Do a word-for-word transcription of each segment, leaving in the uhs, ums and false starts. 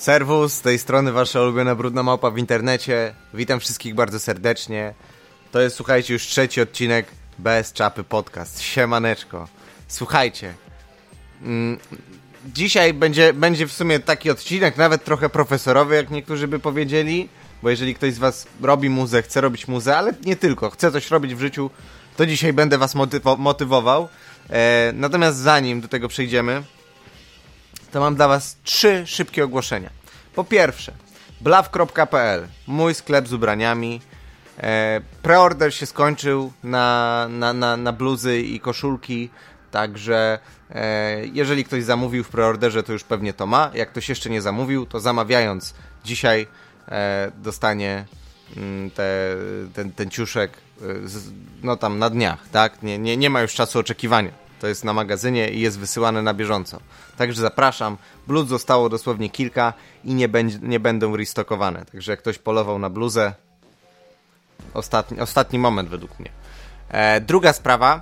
Serwus, z tej strony wasza ulubiona brudna małpa w internecie. Witam wszystkich bardzo serdecznie. To jest, słuchajcie, już trzeci odcinek Bez Czapy Podcast. Siemaneczko. Słuchajcie, mm, dzisiaj będzie, będzie w sumie taki odcinek, nawet trochę profesorowy, jak niektórzy by powiedzieli, bo jeżeli ktoś z was robi muzę, chce robić muzę, ale nie tylko, chce coś robić w życiu, to dzisiaj będę was motywo- motywował. E, natomiast zanim do tego przejdziemy, to mam dla was trzy szybkie ogłoszenia. Po pierwsze, blaw kropka pe el, mój sklep z ubraniami. E, preorder się skończył na, na, na, na bluzy i koszulki, także e, jeżeli ktoś zamówił w preorderze, to już pewnie to ma. Jak ktoś jeszcze nie zamówił, to zamawiając dzisiaj e, dostanie mm, te, ten, ten ciuszek e, z, no tam na dniach, tak? Nie, nie, nie ma już czasu oczekiwania. To jest na magazynie i jest wysyłane na bieżąco. Także zapraszam. Bluz zostało dosłownie kilka i nie, będzie, nie będą restockowane. Także jak ktoś polował na bluzę, ostatni, ostatni moment według mnie. E, druga sprawa.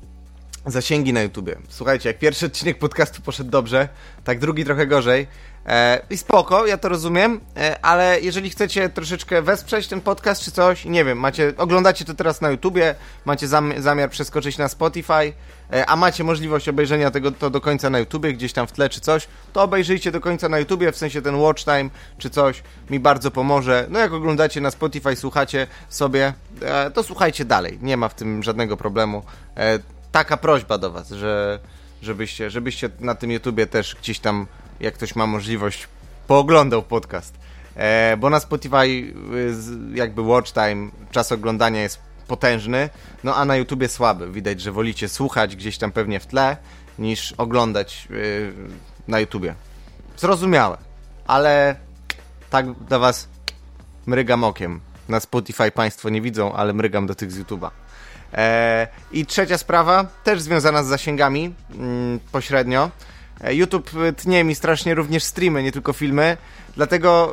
Zasięgi na YouTubie. Słuchajcie, jak pierwszy odcinek podcastu poszedł dobrze, tak drugi trochę gorzej. E, I spoko, ja to rozumiem, e, ale jeżeli chcecie troszeczkę wesprzeć ten podcast czy coś, nie wiem, macie, oglądacie to teraz na YouTubie, macie zam, zamiar przeskoczyć na Spotify, e, a macie możliwość obejrzenia tego to do końca na YouTubie, gdzieś tam w tle czy coś, to obejrzyjcie do końca na YouTubie, w sensie ten watch time czy coś, mi bardzo pomoże. No jak oglądacie na Spotify, słuchacie sobie, e, to słuchajcie dalej, nie ma w tym żadnego problemu. E, taka prośba do was, że żebyście, żebyście na tym YouTubie też gdzieś tam, jak ktoś ma możliwość, pooglądał podcast. E, bo na Spotify jakby watch time, czas oglądania jest potężny, no a na YouTubie słaby. Widać, że wolicie słuchać gdzieś tam pewnie w tle, niż oglądać yy, na YouTubie. Zrozumiałe, ale tak do was mrygam okiem. Na Spotify państwo nie widzą, ale mrygam do tych z YouTuba. E, I trzecia sprawa, też związana z zasięgami mm, pośrednio. E, YouTube tnie mi strasznie również streamy, nie tylko filmy, dlatego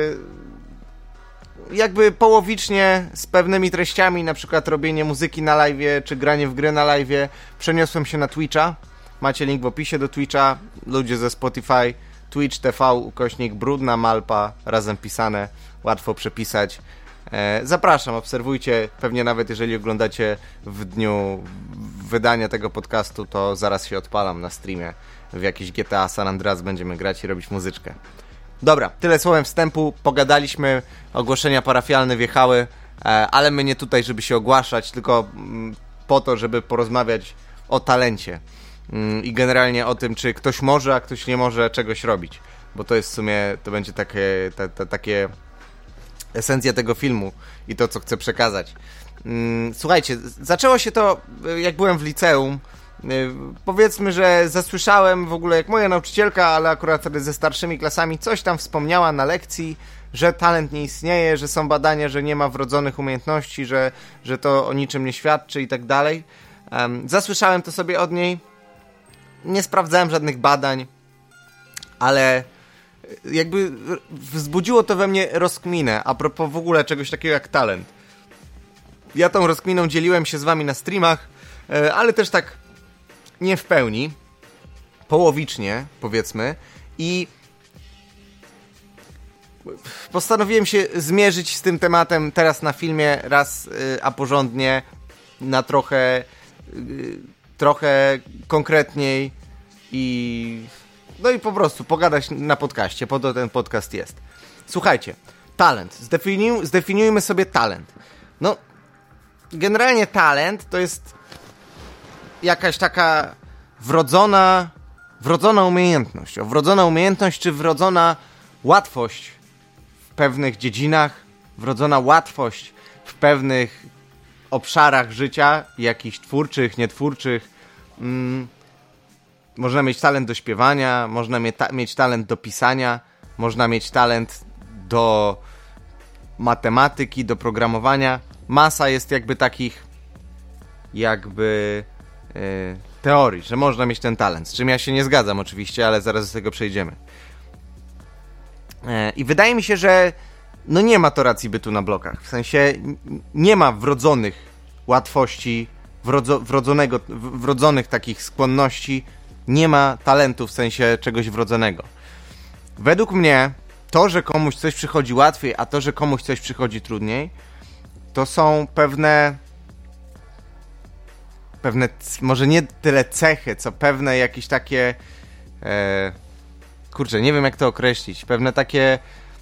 y, jakby połowicznie z pewnymi treściami, na przykład robienie muzyki na live'ie, czy granie w gry na live'ie, przeniosłem się na Twitcha. Macie link w opisie do Twitcha, ludzie ze Spotify, Twitch T V, ukośnik brudna malpa, razem pisane, łatwo przepisać. Zapraszam, obserwujcie, pewnie nawet jeżeli oglądacie w dniu wydania tego podcastu, to zaraz się odpalam na streamie w jakiś G T A San Andreas, będziemy grać i robić muzyczkę. Dobra, tyle słowem wstępu, pogadaliśmy, ogłoszenia parafialne wjechały, ale my nie tutaj, żeby się ogłaszać, tylko po to, żeby porozmawiać o talencie i generalnie o tym, czy ktoś może, a ktoś nie może czegoś robić, bo to jest w sumie, to będzie takie, ta, ta, takie esencja tego filmu i to, co chcę przekazać. Słuchajcie, zaczęło się to, jak byłem w liceum. Powiedzmy, że zasłyszałem w ogóle, jak moja nauczycielka, ale akurat ze starszymi klasami, coś tam wspomniała na lekcji, że talent nie istnieje, że są badania, że nie ma wrodzonych umiejętności, że, że to o niczym nie świadczy i tak dalej. Zasłyszałem to sobie od niej. Nie sprawdzałem żadnych badań, ale jakby wzbudziło to we mnie rozkminę a propos w ogóle czegoś takiego jak talent. Ja tą rozkminą dzieliłem się z wami na streamach, ale też tak nie w pełni, połowicznie powiedzmy, i postanowiłem się zmierzyć z tym tematem teraz na filmie raz, a porządnie, na trochę trochę konkretniej i no i po prostu pogadać na podcaście, po to ten podcast jest. Słuchajcie, talent. Zdefiniuj, zdefiniujmy sobie talent. No, generalnie talent to jest jakaś taka wrodzona, wrodzona umiejętność. O, wrodzona umiejętność czy wrodzona łatwość w pewnych dziedzinach, wrodzona łatwość w pewnych obszarach życia, jakichś twórczych, nietwórczych. Mm, Można mieć talent do śpiewania, można mie- ta- mieć talent do pisania, można mieć talent do matematyki, do programowania. Masa jest jakby takich jakby yy, teorii, że można mieć ten talent. Z czym ja się nie zgadzam oczywiście, ale zaraz do tego przejdziemy. Yy, I wydaje mi się, że no nie ma to racji bytu na blokach. W sensie n- nie ma wrodzonych łatwości, wrodzo- wrodzonego, w- wrodzonych takich skłonności. Nie ma talentu w sensie czegoś wrodzonego. Według mnie to, że komuś coś przychodzi łatwiej, a to, że komuś coś przychodzi trudniej, to są pewne, pewne może nie tyle cechy, co pewne jakieś takie, e, kurczę, nie wiem jak to określić, pewne takie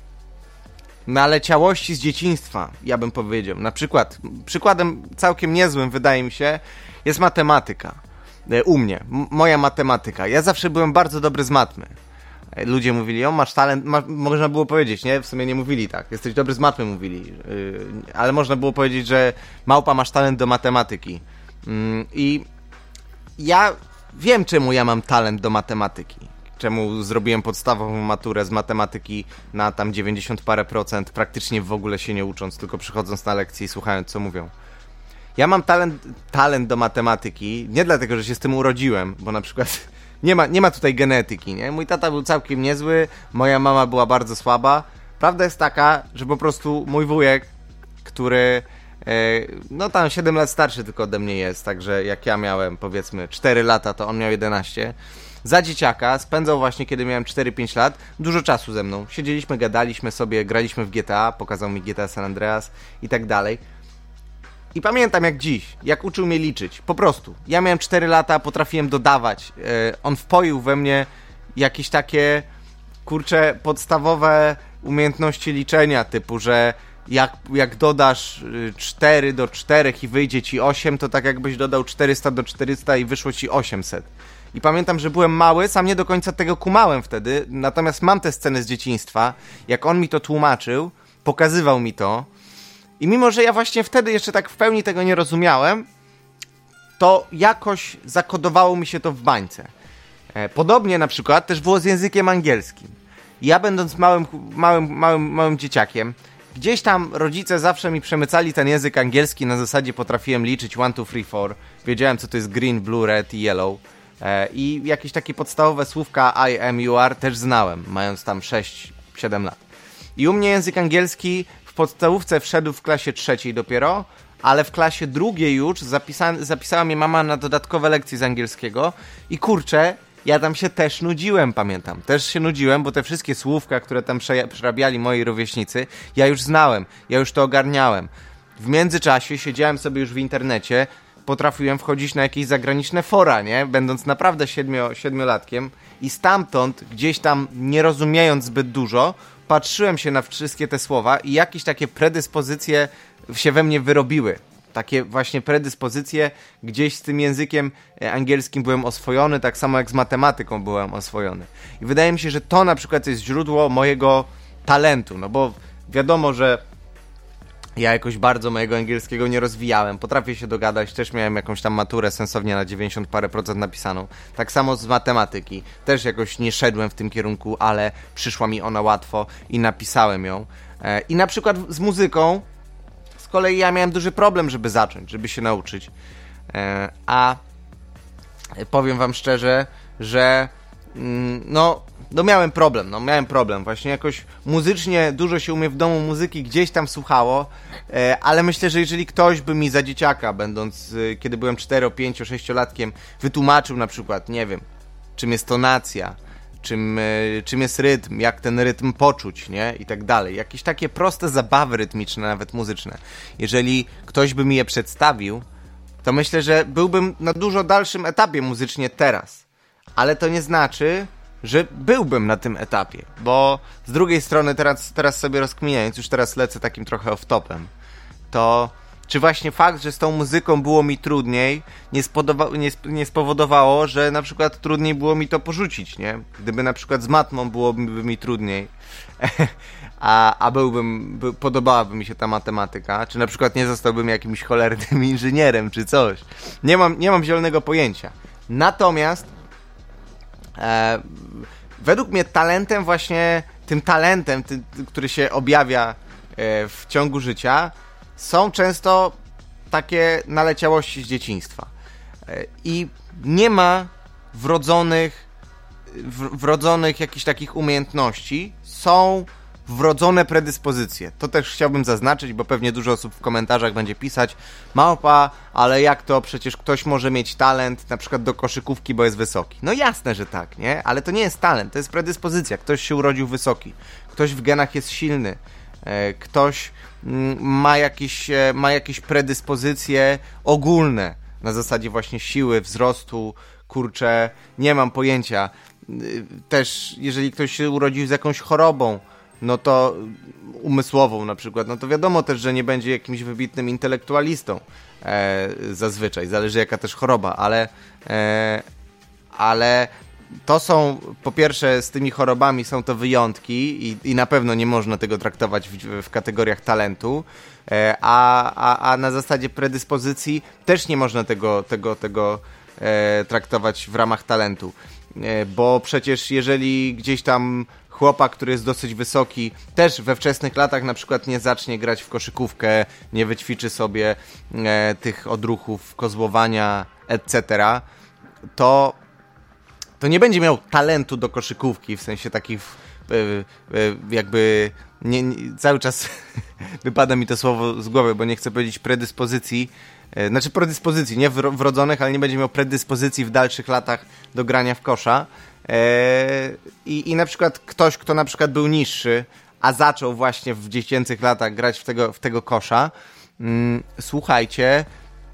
naleciałości z dzieciństwa, ja bym powiedział. Na przykład, przykładem całkiem niezłym, wydaje mi się, jest matematyka. U mnie, m- moja matematyka. Ja zawsze byłem bardzo dobry z matmy. Ludzie mówili, o masz talent, ma, można było powiedzieć, nie? W sumie nie mówili tak, jesteś dobry z matmy, mówili. Yy, ale można było powiedzieć, że małpa, masz talent do matematyki. Yy, I ja wiem, czemu ja mam talent do matematyki. Czemu zrobiłem podstawową maturę z matematyki na tam dziewięćdziesiąt parę procent, praktycznie w ogóle się nie ucząc, tylko przychodząc na lekcje i słuchając, co mówią. Ja mam talent, talent do matematyki, nie dlatego, że się z tym urodziłem, bo na przykład nie ma, nie ma tutaj genetyki, nie? Mój tata był całkiem niezły, moja mama była bardzo słaba. Prawda jest taka, że po prostu mój wujek, który e, no tam siedem lat starszy tylko ode mnie jest, także jak ja miałem powiedzmy cztery lata, to on miał jedenaście. Za dzieciaka spędzał właśnie, kiedy miałem cztery pięć lat, dużo czasu ze mną. Siedzieliśmy, gadaliśmy sobie, graliśmy w G T A, pokazał mi G T A San Andreas i tak dalej. I pamiętam jak dziś, jak uczył mnie liczyć, po prostu. Ja miałem cztery lata, potrafiłem dodawać. Yy, on wpoił we mnie jakieś takie, kurcze, podstawowe umiejętności liczenia, typu, że jak, jak dodasz cztery do czterech i wyjdzie ci osiem, to tak jakbyś dodał czterysta do czterysta i wyszło ci osiemset. I pamiętam, że byłem mały, sam nie do końca tego kumałem wtedy, natomiast mam te sceny z dzieciństwa, jak on mi to tłumaczył, pokazywał mi to. I mimo, że ja właśnie wtedy jeszcze tak w pełni tego nie rozumiałem, to jakoś zakodowało mi się to w bańce. Podobnie na przykład też było z językiem angielskim. Ja będąc małym, małym, małym, małym dzieciakiem, gdzieś tam rodzice zawsze mi przemycali ten język angielski, na zasadzie potrafiłem liczyć one, two, three, four. Wiedziałem, co to jest green, blue, red i yellow. I jakieś takie podstawowe słówka I am, you are też znałem, mając tam sześć siedem lat. I u mnie język angielski w podstawówce wszedł w klasie trzeciej dopiero, ale w klasie drugiej już zapisa- zapisała mnie mama na dodatkowe lekcje z angielskiego i kurczę, ja tam się też nudziłem, pamiętam. Też się nudziłem, bo te wszystkie słówka, które tam prze- przerabiali moi rówieśnicy, ja już znałem, ja już to ogarniałem. W międzyczasie siedziałem sobie już w internecie, potrafiłem wchodzić na jakieś zagraniczne fora, nie? Będąc naprawdę siedmio, siedmiolatkiem i stamtąd, gdzieś tam nie rozumiejąc zbyt dużo, patrzyłem się na wszystkie te słowa i jakieś takie predyspozycje się we mnie wyrobiły. Takie właśnie predyspozycje, gdzieś z tym językiem angielskim byłem oswojony, tak samo jak z matematyką byłem oswojony. I wydaje mi się, że to na przykład jest źródło mojego talentu, no bo wiadomo, że ja jakoś bardzo mojego angielskiego nie rozwijałem, potrafię się dogadać, też miałem jakąś tam maturę sensownie na dziewięćdziesiąt parę procent napisaną. Tak samo z matematyki, też jakoś nie szedłem w tym kierunku, ale przyszła mi ona łatwo i napisałem ją. I na przykład z muzyką, z kolei ja miałem duży problem, żeby zacząć, żeby się nauczyć. A powiem wam szczerze, że no... No miałem problem, no miałem problem, właśnie jakoś muzycznie dużo się u mnie w domu muzyki gdzieś tam słuchało, e, ale myślę, że jeżeli ktoś by mi za dzieciaka, będąc, e, kiedy byłem cztero, pięcio, sześciolatkiem, wytłumaczył na przykład, nie wiem, czym jest tonacja, czym, e, czym jest rytm, jak ten rytm poczuć, nie, i tak dalej, jakieś takie proste zabawy rytmiczne, nawet muzyczne, jeżeli ktoś by mi je przedstawił, to myślę, że byłbym na dużo dalszym etapie muzycznie teraz, ale to nie znaczy, że byłbym na tym etapie, bo z drugiej strony teraz, teraz sobie rozkminiając, już teraz lecę takim trochę off-topem, to czy właśnie fakt, że z tą muzyką było mi trudniej, nie, spodoba- nie, sp- nie spowodowało, że na przykład trudniej było mi to porzucić, nie? Gdyby na przykład z matmą byłoby mi trudniej, a, a byłbym, by, podobałaby mi się ta matematyka, czy na przykład nie zostałbym jakimś cholernym inżynierem, czy coś. Nie mam, nie mam zielonego pojęcia. Natomiast E, według mnie talentem właśnie, tym talentem, ty, który się objawia e, w ciągu życia, są często takie naleciałości z dzieciństwa. E, I nie ma wrodzonych, w, wrodzonych jakichś takich umiejętności. Są wrodzone predyspozycje. To też chciałbym zaznaczyć, bo pewnie dużo osób w komentarzach będzie pisać: Małpa, ale jak to, przecież ktoś może mieć talent na przykład do koszykówki, bo jest wysoki. No jasne, że tak, nie? Ale to nie jest talent, to jest predyspozycja. Ktoś się urodził wysoki, ktoś w genach jest silny, ktoś ma jakieś, ma jakieś predyspozycje ogólne na zasadzie właśnie siły, wzrostu, kurczę, nie mam pojęcia. Też jeżeli ktoś się urodził z jakąś chorobą, no to umysłową na przykład, no to wiadomo też, że nie będzie jakimś wybitnym intelektualistą e, zazwyczaj, zależy jaka też choroba, ale e, ale to są, po pierwsze z tymi chorobami są to wyjątki i, i na pewno nie można tego traktować w, w kategoriach talentu, e, a, a, a na zasadzie predyspozycji też nie można tego, tego, tego e, traktować w ramach talentu, e, bo przecież jeżeli gdzieś tam chłopak, który jest dosyć wysoki, też we wczesnych latach na przykład nie zacznie grać w koszykówkę, nie wyćwiczy sobie e, tych odruchów, kozłowania, et cetera, to, to nie będzie miał talentu do koszykówki, w sensie takich e, e, jakby nie, nie, cały czas wypada mi to słowo z głowy, bo nie chcę powiedzieć predyspozycji, e, znaczy predyspozycji, nie wro, wrodzonych, ale nie będzie miał predyspozycji w dalszych latach do grania w kosza. I, I na przykład ktoś, kto na przykład był niższy, a zaczął właśnie w dziecięcych latach grać w tego, w tego kosza, mm, słuchajcie,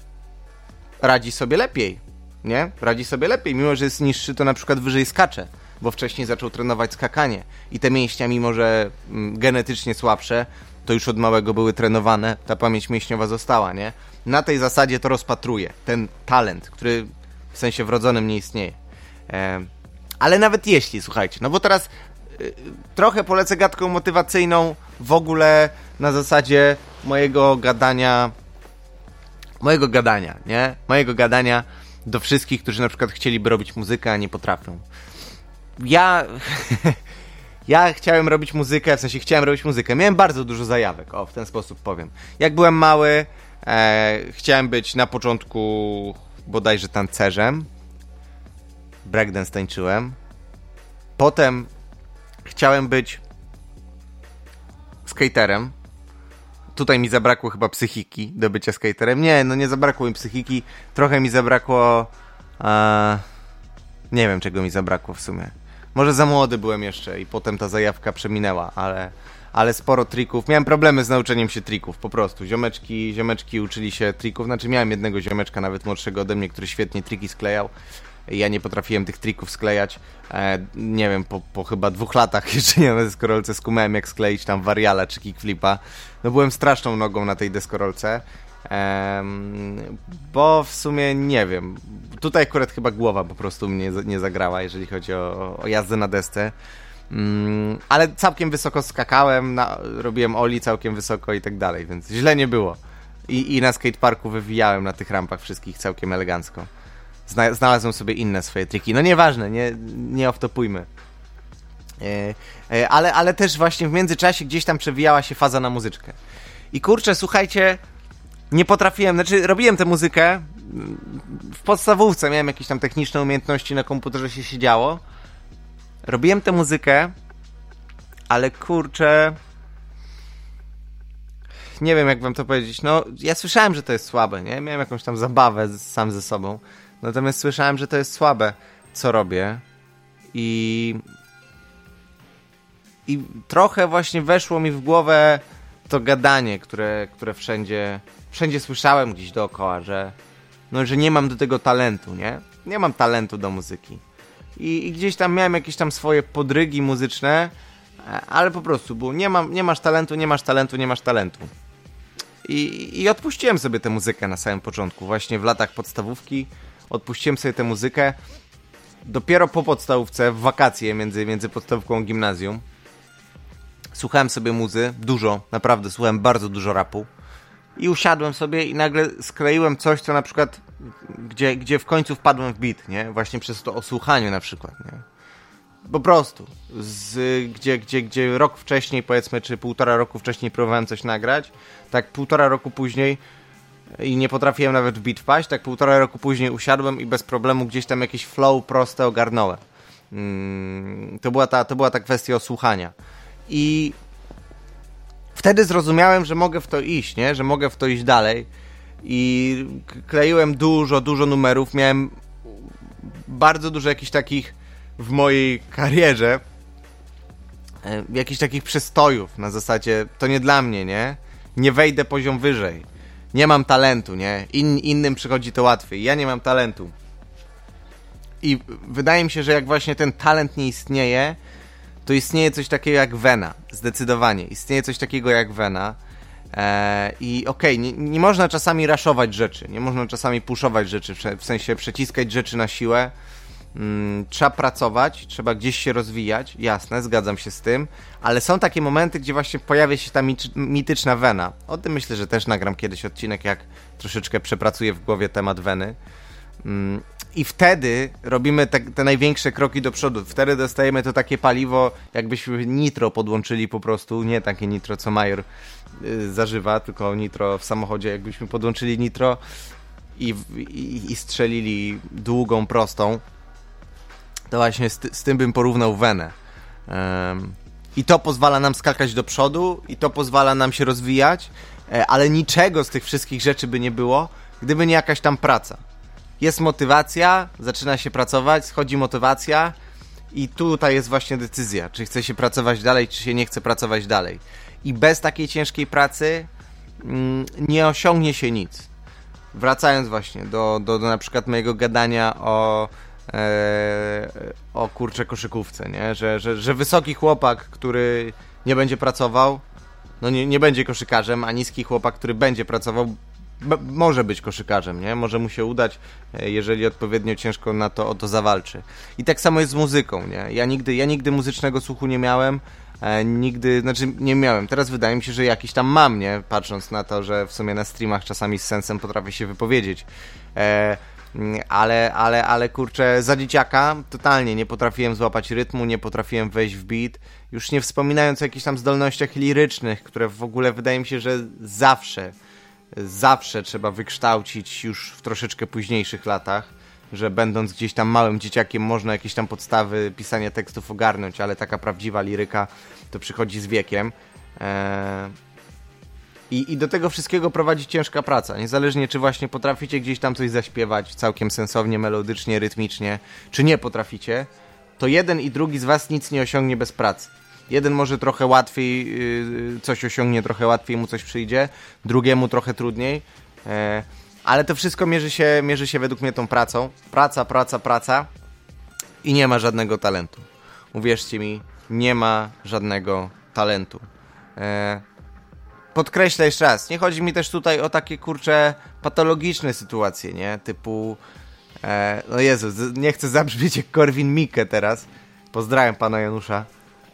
radzi sobie lepiej, nie? Radzi sobie lepiej, mimo że jest niższy, to na przykład wyżej skacze, bo wcześniej zaczął trenować skakanie i te mięśnia, mimo że mm, genetycznie słabsze, to już od małego były trenowane, ta pamięć mięśniowa została, nie? Na tej zasadzie to rozpatruje, ten talent, który w sensie wrodzonym nie istnieje. E Ale nawet jeśli, słuchajcie, no bo teraz y, trochę polecę gadką motywacyjną w ogóle na zasadzie mojego gadania, mojego gadania, nie? Mojego gadania do wszystkich, którzy na przykład chcieliby robić muzykę, a nie potrafią. Ja, ja chciałem robić muzykę, w sensie chciałem robić muzykę. Miałem bardzo dużo zajawek, o, w ten sposób powiem. Jak byłem mały, e, chciałem być na początku bodajże tancerzem. Breakdance tańczyłem. Potem chciałem być skaterem. Tutaj mi zabrakło chyba psychiki do bycia skaterem. Nie, no nie zabrakło mi psychiki. Trochę mi zabrakło... E, nie wiem, czego mi zabrakło w sumie. Może za młody byłem jeszcze i potem ta zajawka przeminęła, ale, ale sporo trików. Miałem problemy z nauczeniem się trików, po prostu. Ziomeczki, ziomeczki uczyli się trików. Znaczy miałem jednego ziomeczka, nawet młodszego ode mnie, który świetnie triki sklejał. Ja nie potrafiłem tych trików sklejać. E, nie wiem, po, po chyba dwóch latach jeszcze nie na deskorolce skumałem, jak skleić tam wariala czy kickflipa. No byłem straszną nogą na tej deskorolce. E, bo w sumie nie wiem. Tutaj akurat chyba głowa po prostu mnie nie zagrała, jeżeli chodzi o, o jazdę na desce. Mm, ale całkiem wysoko skakałem, na, robiłem oli całkiem wysoko i tak dalej, więc źle nie było. I, i na skateparku wywijałem na tych rampach wszystkich całkiem elegancko. Znalazłem sobie inne swoje triki. No nieważne, nie, nie off-topujmy. E, e, ale, ale też właśnie w międzyczasie gdzieś tam przewijała się faza na muzyczkę. I kurczę, słuchajcie, nie potrafiłem, znaczy robiłem tę muzykę w podstawówce, miałem jakieś tam techniczne umiejętności, na komputerze się siedziało. Robiłem tę muzykę, ale kurczę... Nie wiem, jak wam to powiedzieć. No, ja słyszałem, że to jest słabe, nie? Miałem jakąś tam zabawę sam ze sobą. Natomiast słyszałem, że to jest słabe, co robię. I... I trochę właśnie weszło mi w głowę to gadanie, które, które wszędzie... Wszędzie słyszałem gdzieś dookoła, że... No, że nie mam do tego talentu, nie? Nie mam talentu do muzyki. I, i gdzieś tam miałem jakieś tam swoje podrygi muzyczne, ale po prostu było, nie, mam, nie masz talentu, nie masz talentu, nie masz talentu. I, I odpuściłem sobie tę muzykę na samym początku, właśnie w latach podstawówki. Odpuściłem sobie tę muzykę. Dopiero po podstawówce, w wakacje między, między podstawówką a gimnazjum, słuchałem sobie muzy, dużo, naprawdę słuchałem bardzo dużo rapu. I usiadłem sobie i nagle skleiłem coś, co na przykład, gdzie, gdzie w końcu wpadłem w beat, nie? Właśnie przez to osłuchanie na przykład, nie? Po prostu. Z, gdzie, gdzie, gdzie rok wcześniej, powiedzmy, czy półtora roku wcześniej próbowałem coś nagrać, tak półtora roku później i nie potrafiłem nawet w beat wpaść, tak półtora roku później usiadłem i bez problemu gdzieś tam jakieś flow proste ogarnąłem. Hmm, to była ta, to była ta kwestia osłuchania. I wtedy zrozumiałem, że mogę w to iść, nie? Że mogę w to iść dalej. I kleiłem dużo, dużo numerów. Miałem bardzo dużo jakichś takich w mojej karierze jakichś takich przestojów na zasadzie to nie dla mnie, nie? Nie wejdę poziom wyżej. Nie mam talentu, nie? In, innym przychodzi to łatwiej. Ja nie mam talentu. I wydaje mi się, że jak właśnie ten talent nie istnieje, to istnieje coś takiego jak wena. Zdecydowanie. Istnieje coś takiego jak wena. Eee, I okej, okay, nie, nie można czasami raszować rzeczy. Nie można czasami puszować rzeczy. W sensie przeciskać rzeczy na siłę. Hmm, trzeba pracować, trzeba gdzieś się rozwijać. Jasne, zgadzam się z tym. Ale są takie momenty, gdzie właśnie pojawia się ta mit- mityczna wena. O tym myślę, że też nagram kiedyś odcinek, jak troszeczkę przepracuję w głowie temat weny. Hmm. I wtedy robimy te, te największe kroki do przodu. Wtedy dostajemy to takie paliwo, jakbyśmy nitro podłączyli po prostu. Nie takie nitro, co Major y, zażywa, tylko nitro w samochodzie. Jakbyśmy podłączyli nitro i, i, i strzelili długą, prostą, to właśnie z, z tym bym porównał wenę. Um, I to pozwala nam skakać do przodu i to pozwala nam się rozwijać, ale niczego z tych wszystkich rzeczy by nie było, gdyby nie jakaś tam praca. Jest motywacja, zaczyna się pracować, schodzi motywacja i tutaj jest właśnie decyzja, czy chce się pracować dalej, czy się nie chce pracować dalej. I bez takiej ciężkiej pracy mm, nie osiągnie się nic. Wracając właśnie do, do, do na przykład mojego gadania o, e, o kurczę koszykówce, nie? Że, że, że wysoki chłopak, który nie będzie pracował, no nie, nie będzie koszykarzem, a niski chłopak, który będzie pracował, B- może być koszykarzem, nie? Może mu się udać, jeżeli odpowiednio ciężko na to o to zawalczy. I tak samo jest z muzyką, nie? Ja nigdy, ja nigdy muzycznego słuchu nie miałem, e, nigdy, znaczy nie miałem. Teraz wydaje mi się, że jakiś tam mam, nie? Patrząc na to, że w sumie na streamach czasami z sensem potrafię się wypowiedzieć. E, ale, ale, ale kurczę, za dzieciaka totalnie nie potrafiłem złapać rytmu, nie potrafiłem wejść w beat. Już nie wspominając o jakichś tam zdolnościach lirycznych, które w ogóle wydaje mi się, że zawsze Zawsze trzeba wykształcić już w troszeczkę późniejszych latach, że będąc gdzieś tam małym dzieciakiem można jakieś tam podstawy pisania tekstów ogarnąć, ale taka prawdziwa liryka to przychodzi z wiekiem. Eee... I, I do tego wszystkiego prowadzi ciężka praca. Niezależnie czy właśnie potraficie gdzieś tam coś zaśpiewać całkiem sensownie, melodycznie, rytmicznie, czy nie potraficie, to jeden i drugi z was nic nie osiągnie bez pracy. Jeden może trochę łatwiej yy, coś osiągnie, trochę łatwiej mu coś przyjdzie, drugiemu trochę trudniej, yy, ale to wszystko mierzy się, mierzy się według mnie tą pracą. Praca, praca, praca i nie ma żadnego talentu. Uwierzcie mi, nie ma żadnego talentu. Yy, podkreślę jeszcze raz, nie chodzi mi też tutaj o takie kurcze patologiczne sytuacje, nie? Typu, yy, no Jezu, nie chcę zabrzmieć jak Korwin Mikke teraz. Pozdrawiam pana Janusza.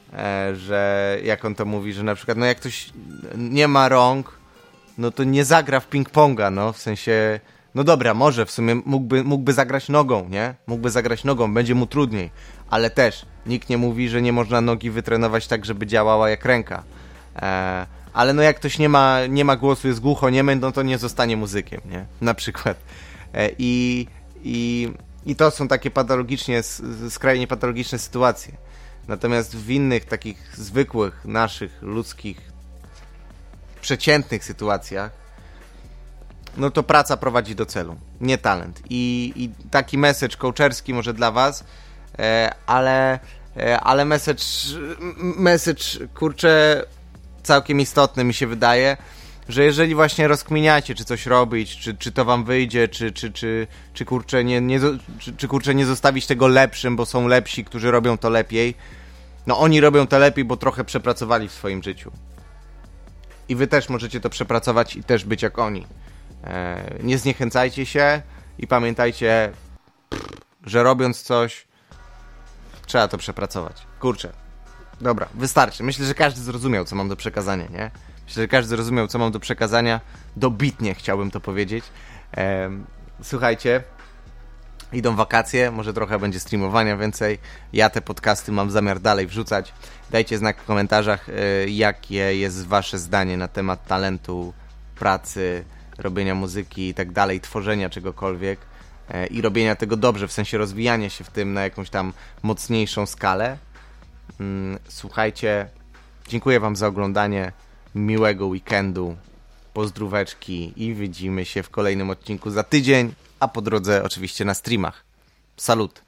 Że jak on to mówi, że na przykład no jak ktoś nie ma rąk, no to nie zagra w ping-ponga, no w sensie, no dobra, może w sumie mógłby, mógłby zagrać nogą, nie? Mógłby zagrać nogą, będzie mu trudniej, ale też nikt nie mówi, że nie można nogi wytrenować tak, żeby działała jak ręka. E, ale no jak ktoś nie ma, nie ma głosu, jest głuchoniemy, no to nie zostanie muzykiem, nie? Na przykład. E, i, i, I to są takie patologicznie, skrajnie patologiczne sytuacje. Natomiast w innych takich zwykłych, naszych, ludzkich, przeciętnych sytuacjach, no to praca prowadzi do celu, nie talent. I, i taki message coacherski może dla was, e, ale, e, ale message, message, kurczę, całkiem istotny mi się wydaje, że jeżeli właśnie rozkminiacie, czy coś robić, czy, czy to wam wyjdzie, czy, czy, czy, czy, kurczę nie, nie, czy, czy kurczę nie zostawić tego lepszym, bo są lepsi, którzy robią to lepiej. No oni robią to lepiej, bo trochę przepracowali w swoim życiu. I wy też możecie to przepracować i też być jak oni. Eee, nie zniechęcajcie się i pamiętajcie, że robiąc coś, trzeba to przepracować. Kurczę. Dobra, wystarczy. Myślę, że każdy zrozumiał, co mam do przekazania, nie? Myślę, że każdy zrozumiał, co mam do przekazania. Dobitnie chciałbym to powiedzieć. Ehm, słuchajcie, idą wakacje, może trochę będzie streamowania więcej. Ja te podcasty mam zamiar dalej wrzucać. Dajcie znak w komentarzach, yy, jakie jest wasze zdanie na temat talentu, pracy, robienia muzyki i tak dalej, tworzenia czegokolwiek yy, i robienia tego dobrze, w sensie rozwijania się w tym na jakąś tam mocniejszą skalę. Yy, słuchajcie, dziękuję wam za oglądanie. miłego weekendu, pozdróweczki i widzimy się w kolejnym odcinku za tydzień, a po drodze oczywiście na streamach. Salut!